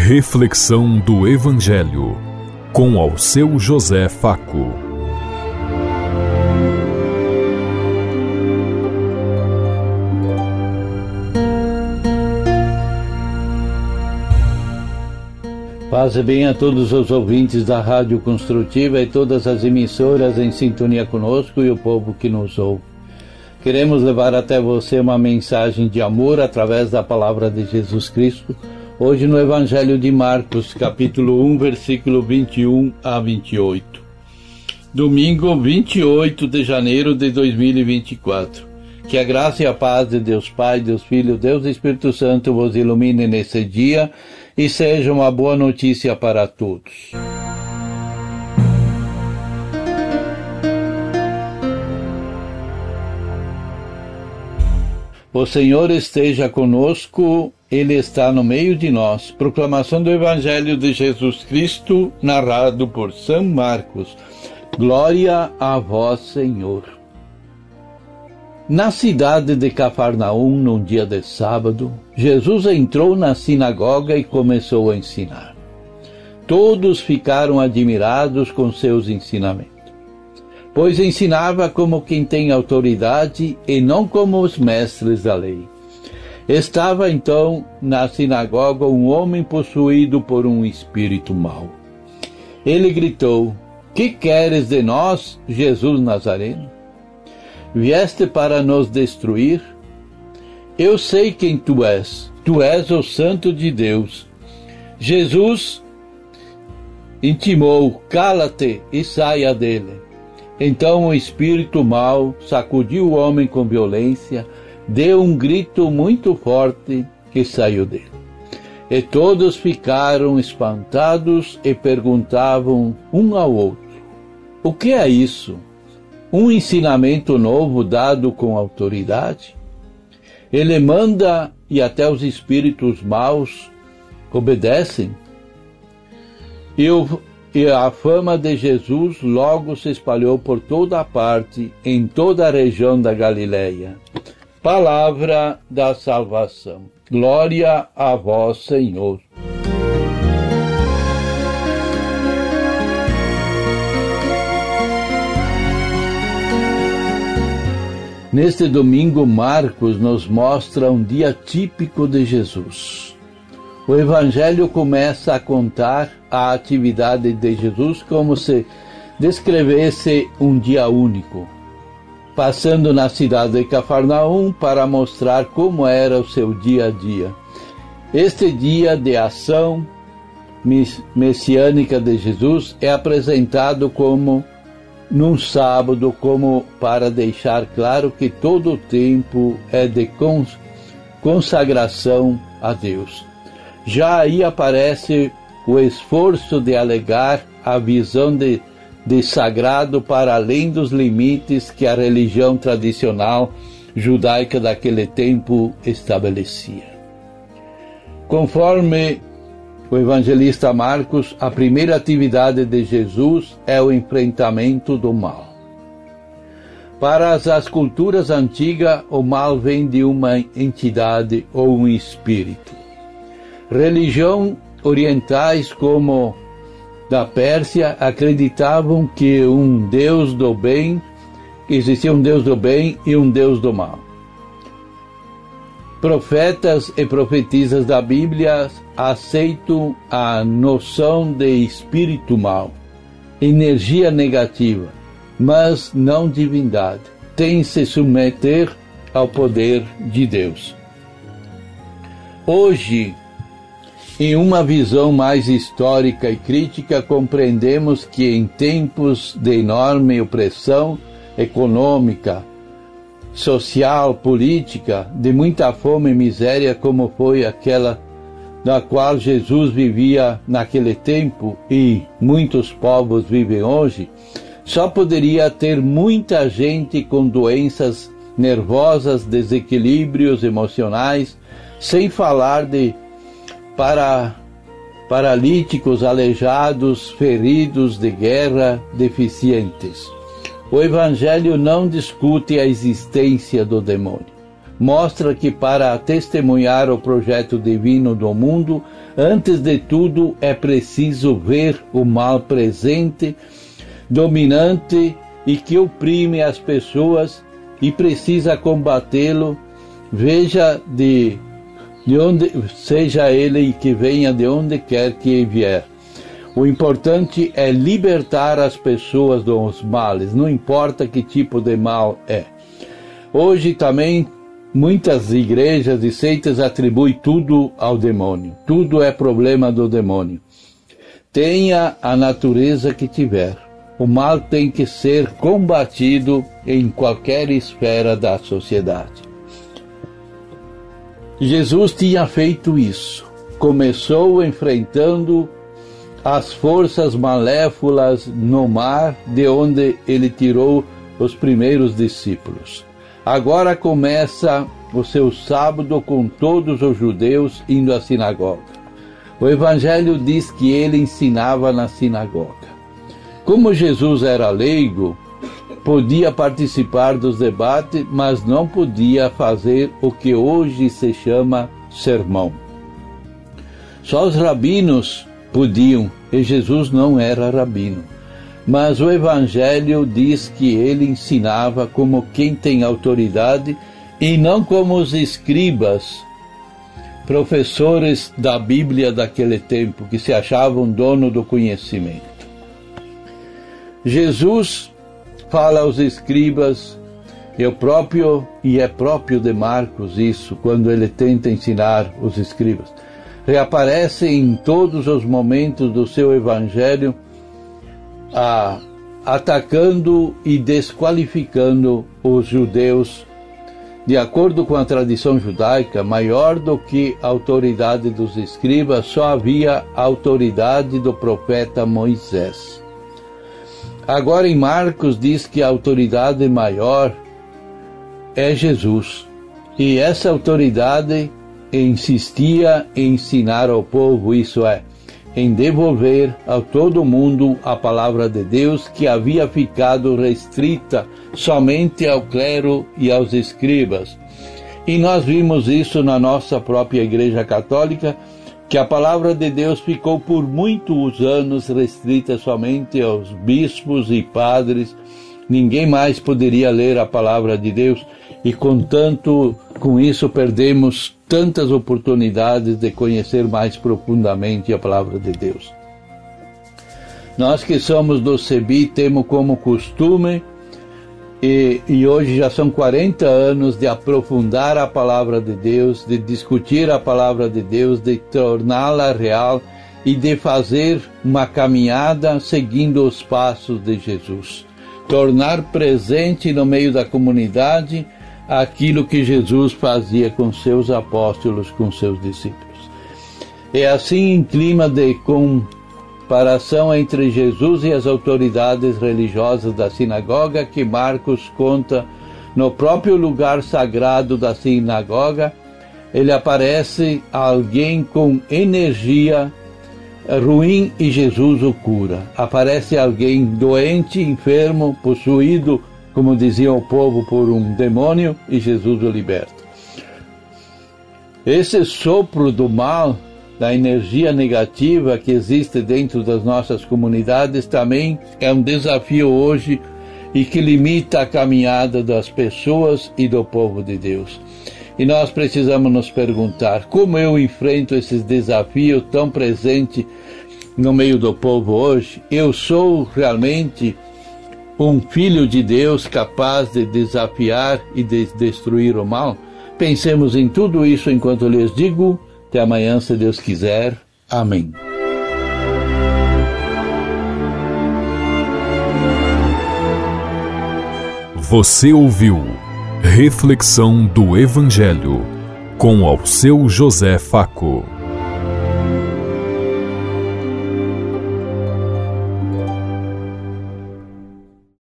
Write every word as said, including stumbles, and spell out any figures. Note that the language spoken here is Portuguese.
Reflexão do Evangelho, com ao seu José Faco. Paz e bem a todos os ouvintes da Rádio Construtiva e todas as emissoras em sintonia conosco e o povo que nos ouve. Queremos levar até você uma mensagem de amor através da palavra de Jesus Cristo, hoje no Evangelho de Marcos, capítulo um, versículo vinte e um a vinte e oito. Domingo, vinte e oito de janeiro de dois mil e vinte e quatro. Que a graça e a paz de Deus Pai, Deus Filho, Deus Espírito Santo vos ilumine nesse dia e seja uma boa notícia para todos. O Senhor esteja conosco, Ele está no meio de nós. Proclamação do Evangelho de Jesus Cristo, narrado por São Marcos. Glória a vós, Senhor. Na cidade de Cafarnaum, num dia de sábado, Jesus entrou na sinagoga e começou a ensinar. Todos ficaram admirados com seus ensinamentos, pois ensinava como quem tem autoridade e não como os mestres da lei. Estava então na sinagoga um homem possuído por um espírito mau. Ele gritou: "Que queres de nós, Jesus Nazareno? Vieste para nos destruir? Eu sei quem tu és. Tu és o Santo de Deus." Jesus intimou: "Cala-te e saia dele." Então o espírito mau sacudiu o homem com violência, deu um grito muito forte e saiu dele. E todos ficaram espantados e perguntavam um ao outro: "O que é isso? Um ensinamento novo dado com autoridade? Ele manda e até os espíritos maus obedecem?" E o E a fama de Jesus logo se espalhou por toda a parte, em toda a região da Galileia. Palavra da salvação. Glória a vós, Senhor. Neste domingo, Marcos nos mostra um dia típico de Jesus. O Evangelho começa a contar a atividade de Jesus como se descrevesse um dia único, passando na cidade de Cafarnaum para mostrar como era o seu dia a dia. Este dia de ação messiânica de Jesus é apresentado como num sábado, como para deixar claro que todo o tempo é de consagração a Deus. Já aí aparece o esforço de alegar a visão de, de sagrado para além dos limites que a religião tradicional judaica daquele tempo estabelecia. Conforme o evangelista Marcos, a primeira atividade de Jesus é o enfrentamento do mal. Para as culturas antigas, o mal vem de uma entidade ou um espírito. Religiões orientais como da Pérsia acreditavam que um Deus do bem, que existia um Deus do bem e um Deus do mal. Profetas e profetisas da Bíblia aceitam a noção de espírito mau, energia negativa, mas não divindade. Tem que se submeter ao poder de Deus. Hoje, em uma visão mais histórica e crítica, compreendemos que em tempos de enorme opressão econômica, social, política, de muita fome e miséria, como foi aquela na qual Jesus vivia naquele tempo e muitos povos vivem hoje, só poderia ter muita gente com doenças nervosas, desequilíbrios emocionais, sem falar de para paralíticos, aleijados, feridos de guerra, deficientes. O Evangelho não discute a existência do demônio, mostra que para testemunhar o projeto divino do mundo, antes de tudo é preciso ver o mal presente, dominante e que oprime as pessoas e precisa combatê-lo, veja de, de onde, seja ele que venha de onde quer que vier. O importante é libertar as pessoas dos males, não importa que tipo de mal é. Hoje também muitas igrejas e seitas atribuem tudo ao demônio. Tudo é problema do demônio. Tenha a natureza que tiver. O mal tem que ser combatido em qualquer esfera da sociedade. Jesus tinha feito isso. Começou enfrentando as forças malévolas no mar, de onde ele tirou os primeiros discípulos. Agora começa o seu sábado com todos os judeus indo à sinagoga. O Evangelho diz que ele ensinava na sinagoga. Como Jesus era leigo, podia participar dos debates, mas não podia fazer o que hoje se chama sermão. Só os rabinos podiam, e Jesus não era rabino. Mas o Evangelho diz que ele ensinava como quem tem autoridade e não como os escribas, professores da Bíblia daquele tempo, que se achavam dono do conhecimento. Jesus fala aos escribas, e, o próprio, e é próprio de Marcos isso, quando ele tenta ensinar os escribas. Reaparece em todos os momentos do seu Evangelho, a, atacando e desqualificando os judeus. De acordo com a tradição judaica, maior do que a autoridade dos escribas, só havia a autoridade do profeta Moisés. Agora em Marcos diz que a autoridade maior é Jesus. E essa autoridade insistia em ensinar ao povo, isso é, em devolver a todo mundo a palavra de Deus que havia ficado restrita somente ao clero e aos escribas. E nós vimos isso na nossa própria Igreja Católica, que a palavra de Deus ficou por muitos anos restrita somente aos bispos e padres. Ninguém mais poderia ler a palavra de Deus e, contanto, com isso perdemos tantas oportunidades de conhecer mais profundamente a palavra de Deus. Nós que somos do C E B I temos como costume, e, e hoje já são quarenta anos de aprofundar a palavra de Deus, de discutir a palavra de Deus, de torná-la real e de fazer uma caminhada seguindo os passos de Jesus. Tornar presente no meio da comunidade aquilo que Jesus fazia com seus apóstolos, com seus discípulos. É assim, em clima de comparação entre Jesus e as autoridades religiosas da sinagoga, que Marcos conta no próprio lugar sagrado da sinagoga. Ele aparece alguém com energia ruim e Jesus o cura. Aparece alguém doente, enfermo, possuído, como dizia o povo, por um demônio, e Jesus o liberta. Esse sopro do mal, da energia negativa que existe dentro das nossas comunidades, também é um desafio hoje e que limita a caminhada das pessoas e do povo de Deus. E nós precisamos nos perguntar, como eu enfrento esses desafios tão presentes no meio do povo hoje? Eu sou realmente um filho de Deus capaz de desafiar e de destruir o mal? Pensemos em tudo isso enquanto eu lhes digo. Até amanhã, se Deus quiser. Amém. Você ouviu Reflexão do Evangelho com Alceu José Facco.